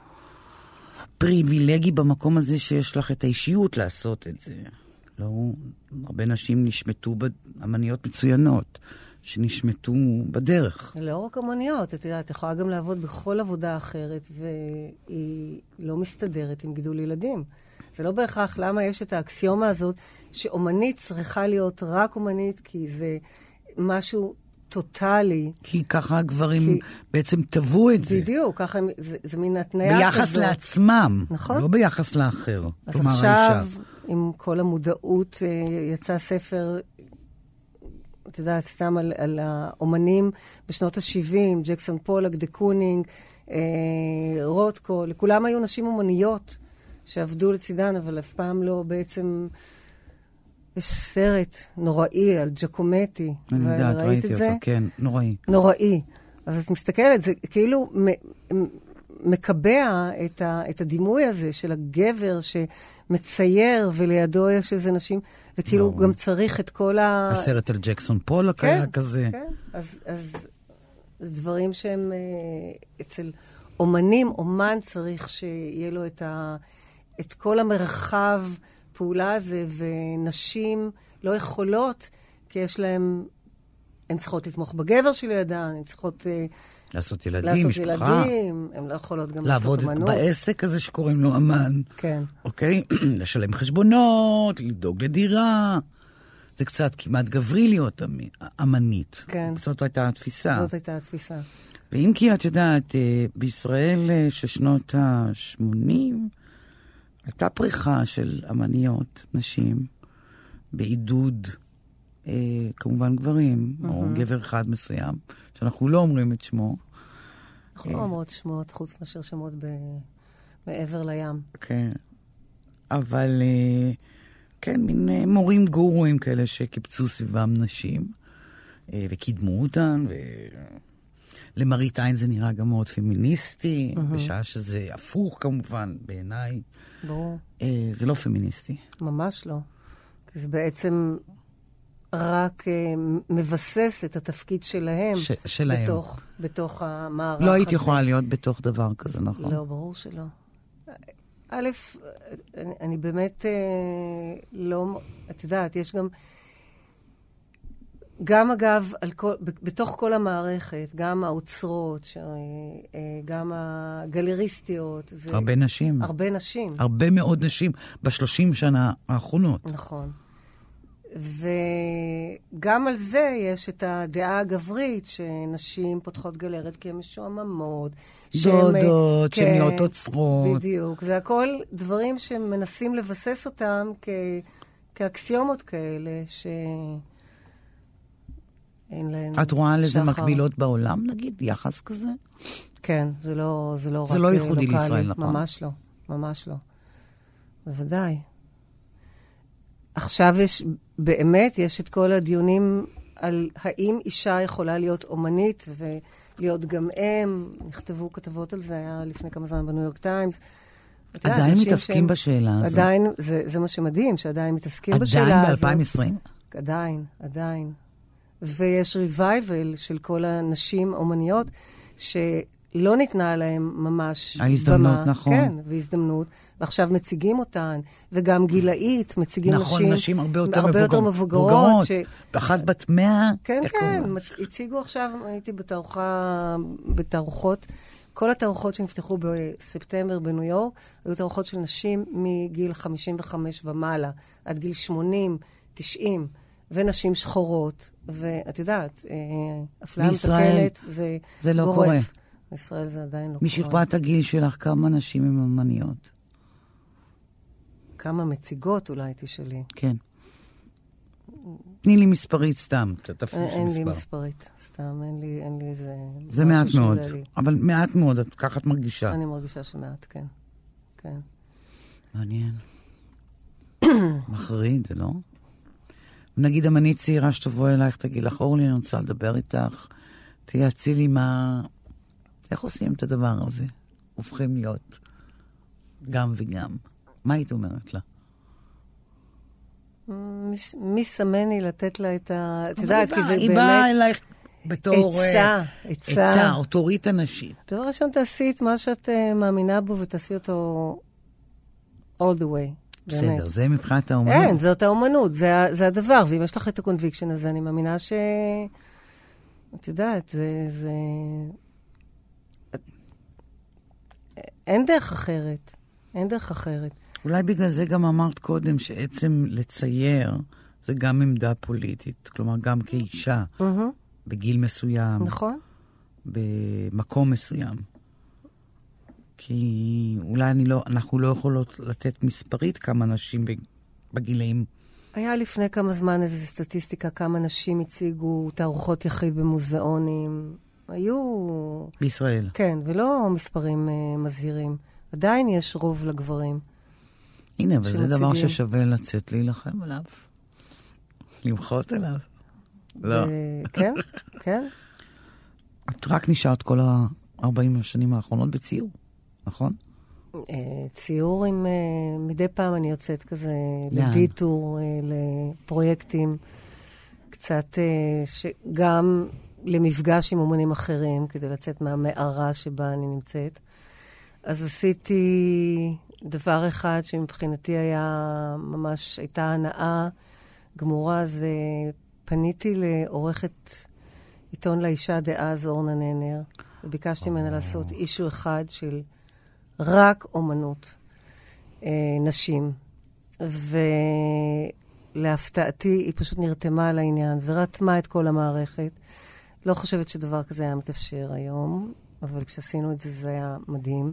פריבילגי במקום הזה שיש לך את האישיות לעשות את זה. לא, הרבה נשים נשמטו, אמניות מצוינות, שנשמטו בדרך. לא רק אמניות, את יודעת, את יכולה גם לעבוד בכל עבודה אחרת, והיא לא מסתדרת עם גידול ילדים. זה לא בהכרח למה יש את האקסיומה הזאת, שאומנית צריכה להיות רק אומנית, כי זה משהו טוטלי. כי ככה הגברים כי... בעצם טבעו את זה. בדיוק, ככה זה, זה מין התניה ביחס כזאת. לעצמם, נכון? לא ביחס לאחר. אז עכשיו, עם כל המודעות, יצא ספר, אתה יודעת, סתם על, על האומנים בשנות ה-שבעים, ג'קסון פולק, דה קונינג, אה, רוטקו, לכולם היו נשים אומניות שעבדו לצידן, אבל אף פעם לא בעצם... יש סרט נוראי על ג'קומטי. אני יודעת, ראיתי אותו, כן, נוראי. נוראי. אז את מסתכלת, זה כאילו מ- מקבע את, ה- את הדימוי הזה של הגבר שמצייר, ולידו יש איזה נשים, וכאילו לא. גם צריך את כל ה... הסרט על ג'קסון פולק כן, היה כזה. כן, אז, אז דברים שהם אה, אצל אומנים, אומן צריך שיהיה לו את, ה- את כל המרחב, פעולה הזה, ונשים לא יכולות, כי יש להם, הן צריכות לתמוך בגבר שלידן, הן צריכות לעשות ילדים, לעשות משפחה. ילדים, הן לא יכולות גם לעשות אמנות. לעבוד בעסק הזה שקוראים לו אמן. כן. אוקיי? לשלם חשבונות, לדאוג לדירה. זה קצת כמעט גברי להיות אמנית. כן. זאת הייתה התפיסה. זאת הייתה התפיסה. ואם כי את יודעת, בישראל של שנות ה-שמונים, הייתה פריחה של אמניות, נשים, בעידוד, אה, כמובן גברים, mm-hmm. או גבר אחד מסוים, שאנחנו לא אומרים את שמו. אנחנו לא אומרות שמות, חוץ מאשר שמות ב... מעבר לים. כן. אבל, אה, כן, מין אה, מורים גורואים כאלה שקיפצו סביבם נשים, אה, וקידמו אותן, ו... למראית עין זה נראה גם מאוד פמיניסטי, mm-hmm. בשעה שזה הפוך כמובן, בעיניי. ברור. אה, זה לא פמיניסטי. ממש לא. כי זה בעצם רק אה, מבסס את התפקיד שלהם. ש- שלהם. בתוך, בתוך המערך לא הזה. היית יכולה להיות בתוך דבר כזה, נכון? לא, ברור שלא. א', אני, אני באמת אה, לא... את יודעת, יש גם... גם אגב, על כל, בתוך כל המערכת, גם האוצרות, ש, גם הגלריסטיות. זה הרבה נשים. הרבה נשים. הרבה מאוד נשים בשלושים שנה האחרונות. נכון. וגם על זה יש את הדעה הגברית, שנשים פותחות גלרת כי הן משועממות. דודות, כן, שהן נהיות אוצרות. בדיוק. זה הכל דברים שמנסים לבסס אותם כ, כאקסיומות כאלה, ש... את רואה לזה מקבילות בעולם, נגיד, יחס כזה? כן, זה לא, זה לא זה רק לא ייחודי לישראל, נכון? ממש לא, ממש לא. בוודאי. עכשיו יש, באמת, יש את כל הדיונים על האם אישה יכולה להיות אומנית ולהיות גם אם. נכתבו כתבות על זה, היה לפני כמה זמן בניו יורק טיימס. עדיין מתעסקים שהם, בשאלה הזאת. עדיין, זה, זה מה שמדהים, שעדיין מתעסקים עדיין בשאלה הזאת. עדיין ב-אלפיים ועשרים? עדיין, עדיין. ויש ריווייבל של כל הנשים אומניות, שלא לא ניתנה להם ממש ההזדמנות, במה. נכון. כן, והזדמנות. ועכשיו מציגים אותן, וגם גילאית, מציגים נכון, נשים, נשים הרבה יותר, הרבה יותר מבוגרות. מבוגרות. ש... באחת בת מאה. כן, כן, מצ... הציגו עכשיו, הייתי בתערוכה, בתערוכות, כל התערוכות שנפתחו בספטמבר בניו יורק, היו תערוכות של נשים מגיל חמישים וחמש ומעלה, עד גיל שמונים, תשעים, ונשים שחורות, ואת יודעת, אפליה מתקנת זה, זה לא גורף. קורה. בישראל זה עדיין לא משכבת קורה. הגיל שלך, כמה נשים עם אמניות? כמה מציגות אולי תשאלי. כן. תני לי מספרית סתם, תפריש מספר. אין לי מספרית, סתם, אין לי, אין לי איזה... זה מעט מאוד, אבל מעט מאוד, ככה את מרגישה. אני מרגישה שמעט, כן. כן. מעניין. מחריד, זה לא? נגיד אמנית צעירה שתבוא אלייך, תגיד לך, אורלי, אני רוצה לדבר איתך, תייעצי לי מה... איך עושים את הדבר הזה? הופכים להיות גם וגם. מה היית אומרת לה? מי סמני לתת לה את ה... את יודעת, כי זה באמת... היא באה אלייך בתור... עצה, עצה. עצה, אוטוריטה נשית. דבר ראשון, תעשי את מה שאת מאמינה בו, ותעשי אותו all the way. בסדר, זה מבחינת האומנות. אין, זאת האומנות, זה, זה הדבר. ואם יש לך את הקונביקשן הזה, אני מאמינה ש... את יודעת, זה... זה... אין דרך אחרת. אין דרך אחרת. אולי בגלל זה גם אמרת קודם, שעצם לצייר, זה גם עמדה פוליטית. כלומר, גם כאישה, mm-hmm. בגיל מסוים. נכון. במקום מסוים. כי אולי אני לא, אנחנו לא יכולות לתת מספרית כמה נשים בגילאים. היה לפני כמה זמן איזו סטטיסטיקה, כמה נשים הציגו תערוכות יחיד במוזיאונים. היו... בישראל. כן, ולא מספרים uh, מזהירים. עדיין יש רוב לגברים. הנה, אבל זה דבר ששווה לצאת להילחם עליו. למחות עליו. לא. כן, כן. את רק נשארת כל ה-ארבעים השנים האחרונות בציור, נכון? ציור עם... מדי פעם אני יוצאת כזה לדיטור, לפרויקטים, קצת שגם למפגש עם אומנים אחרים, כדי לצאת מהמערה שבה אני נמצאת. אז עשיתי דבר אחד שמבחינתי היה ממש, הייתה הנאה גמורה, זה פניתי לעורכת עיתון לאישה דאז, אורנה ננר, וביקשתי ממנה לעשות אישו אחד של רק אומנות, אה, נשים. ולהפתעתי, היא פשוט נרתמה על העניין, ורתמה את כל המערכת. לא חושבת שדבר כזה היה מתאפשר היום, אבל כשעשינו את זה, זה היה מדהים.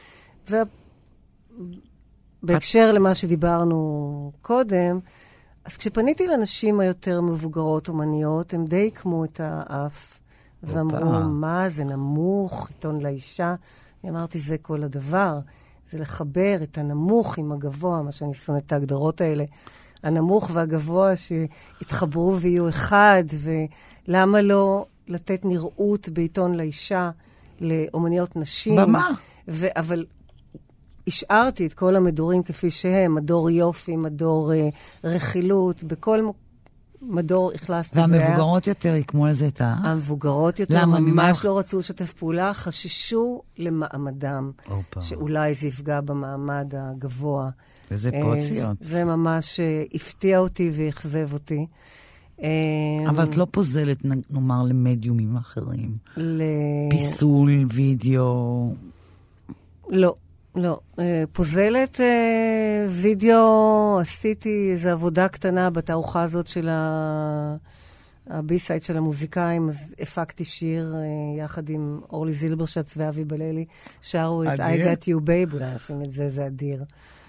ובהקשר למה שדיברנו קודם, אז כשפניתי לנשים היותר מבוגרות אומניות, הם די כמו את האף, ואמרו, מה, זה נמוך, עיתון לאישה. אני אמרתי, זה כל הדבר. זה לחבר את הנמוך עם הגבוה, מה שאני שונאת את ההגדרות האלה. הנמוך והגבוה שהתחברו ויהיו אחד, ולמה לא לתת נראות בעיתון לאישה לאומניות נשים. במה? ו- אבל השארתי את כל המדורים כפי שהם, מדור יופי, מדור uh, רכילות, בכל מדור הכלסתי. והמבוגרות יותר יקמו לזה את ה... המבוגרות יותר ממש לא רצו לשתף פעולה, חששו למעמדם, שאולי זה יפגע במעמד הגבוה. וזה פרוציות. זה ממש הפתיע אותי והחזב אותי. אבל את לא פוזלת, נאמר, למדיומים אחרים. פיסול, וידאו. לא. לא, פוזלת וידאו, עשיתי איזו עבודה קטנה בתערוכה הזאת של הבי-סייד של המוזיקאים, אז הפקתי שיר יחד עם אורלי זילברשץ ואבי בללי, שרו את I Got You Babe, אולי נשים את זה, זה אדיר.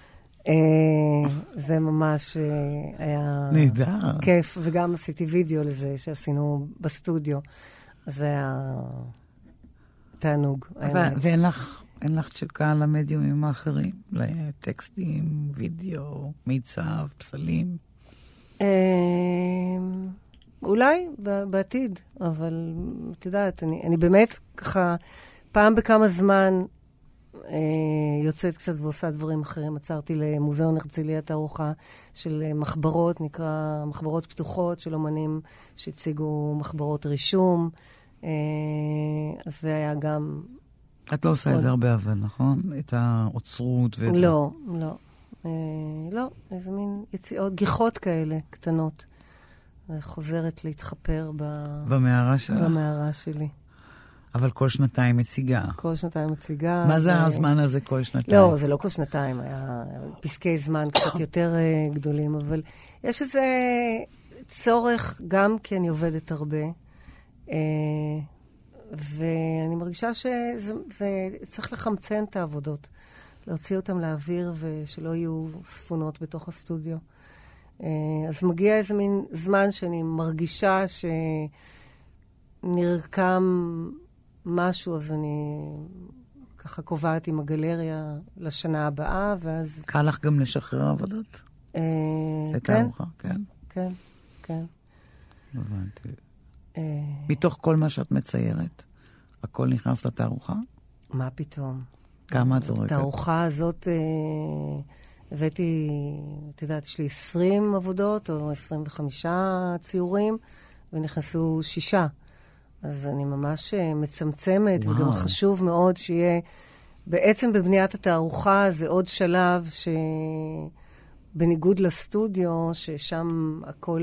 זה ממש היה נהדר. כיף, וגם עשיתי וידאו לזה שעשינו בסטודיו, זה היה תענוג. ואין לך... אין לך תשוקה למדיומים האחרים? לטקסטים, וידאו, מיצב, פסלים? אולי בעתיד, אבל את יודעת, אני באמת ככה, פעם בכמה זמן יוצאת קצת ועושה דברים אחרים. עצרתי למוזיאון הרצליה תערוכה של מחברות, נקרא מחברות פתוחות של אומנים שהציגו מחברות רישום. אז זה היה גם... את לא עושה את זה הרבה אבל, נכון? את האוצרות ואת... לא, לא. אה, לא, איזה מין יציאות, גיחות כאלה, קטנות. וחוזרת להתחפר ב... במערה שלך? במערה שלי. אבל כל שנתיים מציגה. כל שנתיים מציגה. מה זה ו... הזמן הזה כל שנתיים? לא, זה לא כל שנתיים, היה פסקי זמן קצת יותר uh, גדולים, אבל יש איזה צורך, גם כי אני עובדת הרבה, uh, ואני מרגישה שזה זה, צריך לחמצן את העבודות, להוציא אותם לאוויר ושלא יהיו ספונות בתוך הסטודיו. Uh, אז מגיע איזה מין זמן שאני מרגישה שנרקם משהו, אז אני ככה קובעת עם הגלריה לשנה הבאה, ואז... קל לך גם לשחרר עבודות? אה, את כן. הארוחה, כן? כן, כן. הבנתי. אה, מתוך כל מה שאת מציירת, הכל נכנס לתערוכה? מה פתאום? כמה את זורקת? את הארוחה הזאת אה, הבאתי, את יודעת, יש לי עשרים עבודות, או עשרים וחמישה ציורים, ונכנסו שישה. אז אני ממש מצמצמת, וואו. וגם חשוב מאוד שיהיה, בעצם בבניית התערוכה זה עוד שלב שבניגוד לסטודיו, ששם הכל,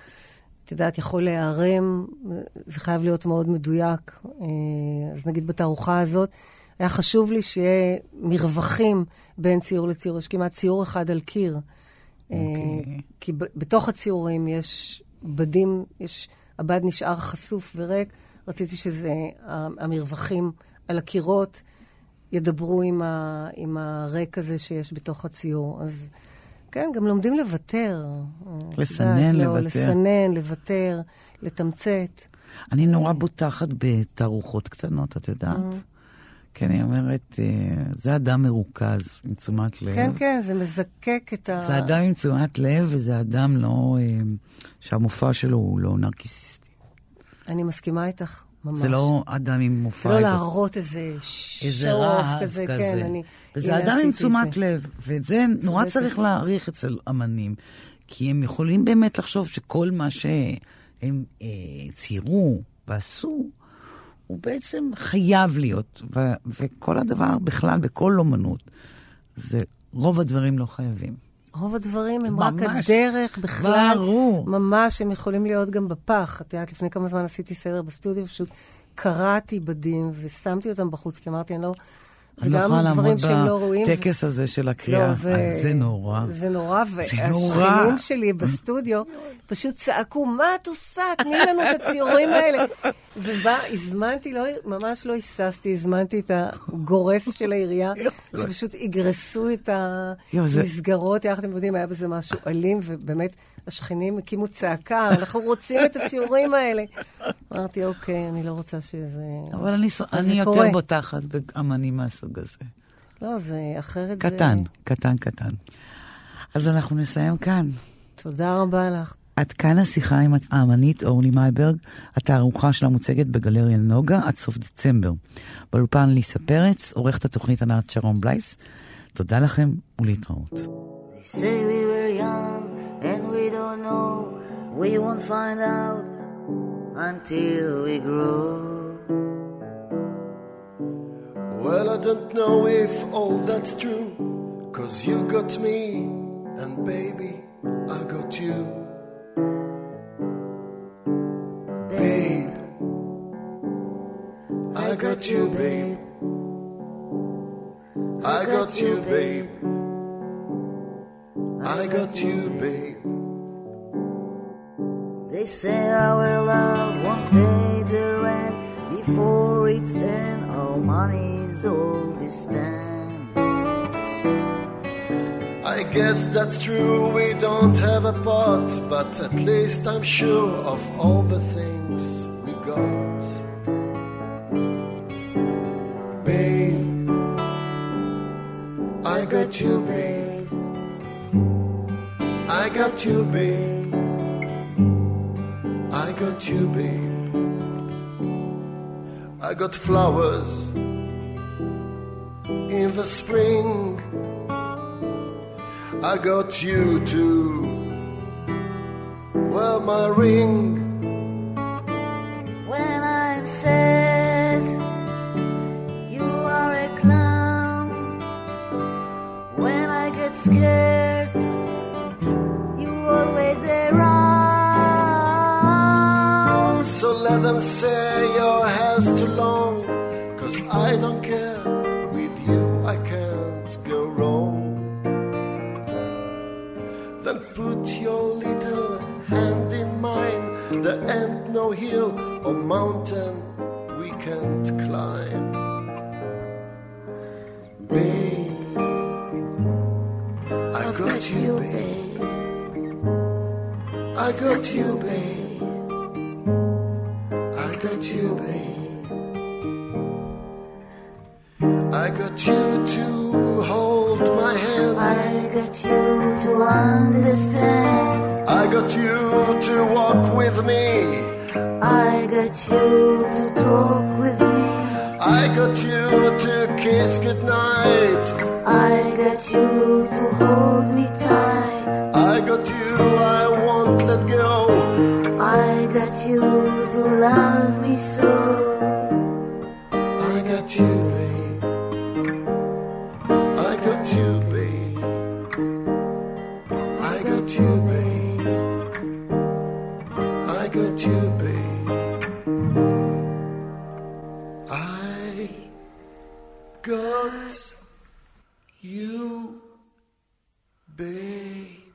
את יודעת, יכול להיערם, זה חייב להיות מאוד מדויק. אז נגיד בתערוכה הזאת, היה חשוב לי שיהיה מרווחים בין ציור לציור, יש כמעט ציור אחד על קיר. Okay. כי ב- בתוך הציורים יש בדים, יש, הבד נשאר חשוף וריק, רציתי שזה, המרווחים על הקירות ידברו עם, ה, עם הרק הזה שיש בתוך הציור. אז כן, גם לומדים לוותר. לסנן, לא, לוותר. לסנן, לוותר, לתמצת. אני נורא בוטחת בתערוכות קטנות, את יודעת? כי אני אומרת, זה אדם מרוכז, עם תשומת לב. כן, כן, זה מזקק את ה... זה אדם עם תשומת לב, וזה אדם לא... שהמופע שלו הוא לא נרקיסיסטי. אני מסכימה איתך, ממש. זה לא אדם עם מופע... זה לא להראות איזה שרוף כזה, כן, אני... וזה אדם עם תשומת לב, ואת זה נורא צריך להעריך אצל אמנים, כי הם יכולים באמת לחשוב שכל מה שהם ציירו ועשו, הוא בעצם חייב להיות, ו- וכל הדבר בכלל, בכל אומנות, זה רוב הדברים לא חייבים. רוב הדברים הם ממש, רק הדרך, בכלל, ברור. ממש, הם יכולים להיות גם בפח. את יודעת, לפני כמה זמן עשיתי סדר בסטודיו, פשוט קראתי בדים ושמתי אותם בחוץ, כי אמרתי, אני לא... זה גם דברים שהם לא רואים. טקס הזה של הקריאה, לא, זה, זה נורא. זה נורא, והשכנים שלי בסטודיו פשוט צעקו, מה את עושה? תני לנו את הציורים האלה. ובה, הזמנתי, לא, ממש לא היססתי, הזמנתי את הגורס של העירייה, שפשוט יגרסו את המסגרות, יחד עם יודעים, היה בזה משהו אלים, ובאמת השכנים הקימו צעקה, אנחנו רוצים את הציורים האלה. אמרתי, אוקיי, אני לא רוצה שזה... אבל אני, אני יותר בוטחת באמנים מהסוג הזה. לא, זה אחרת קטן, זה... קטן, קטן. אז אנחנו נסיים כאן. תודה רבה לך. עד כאן השיחה עם האמנית אורלי מייברג, התערוכה שלה מוצגת בגלריה נוגה עד סוף דצמבר. באולפן ליסה פרץ, עורכת התוכנית ענת שרון בלייס. תודה לכם ולהתראות. They say we were young and we don't know, we won't find out until we grow. Well, I don't know if all that's true, 'cause you got me, and baby, I got you. Babe, I got you, babe. I got you, babe. I got you, babe. They say our love won't pay the rent before it's end, our money's all be spent. I guess that's true, we don't have a pot, but at least I'm sure of all the things we got. Babe, I got you, babe. I got you, babe. I got you, babe. I got flowers in the spring. I got you too. Wear my ring. When I'm sad, you scared, you always around. So let them say your hair's too long, 'cause I don't care, with you I can't go wrong. Then put your little hand in mine, there ain't no hill or mountain we can't climb. Babe, I got you, babe. I got you, babe. I got you, babe. I got you to hold my hand. I got you to understand. I got you to walk with me. I got you to talk with me. I got you to kiss goodnight. I got you to hold me tight. I got you, I won't let go. I got you to love me so. I got you, babe. I got you, babe. I got you, babe. I got you, babe. I got you, babe.